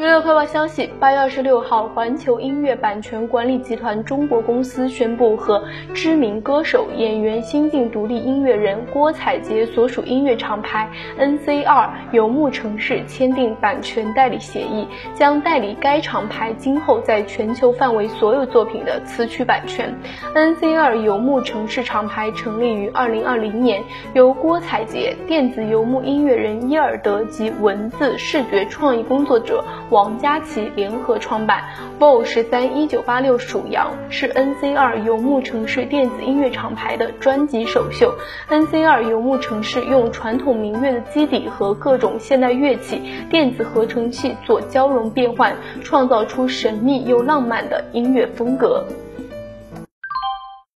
娱乐快报消息，8月26号，环球音乐版权管理集团中国公司宣布和知名歌手、演员、新晋独立音乐人郭采洁所属音乐厂牌 NCR 游牧城市签订版权代理协议，将代理该厂牌今后在全球范围所有作品的词曲版权。NCR 游牧城市厂牌成立于2020年，由郭采洁、电子游牧音乐人伊尔德及文字视觉创意工作者王佳琪联合创办。 Vol131986 属羊是 NCR 游牧城市电子音乐厂牌的专辑首秀。 NCR 游牧城市用传统民乐的基底和各种现代乐器、电子合成器做交融变换，创造出神秘又浪漫的音乐风格。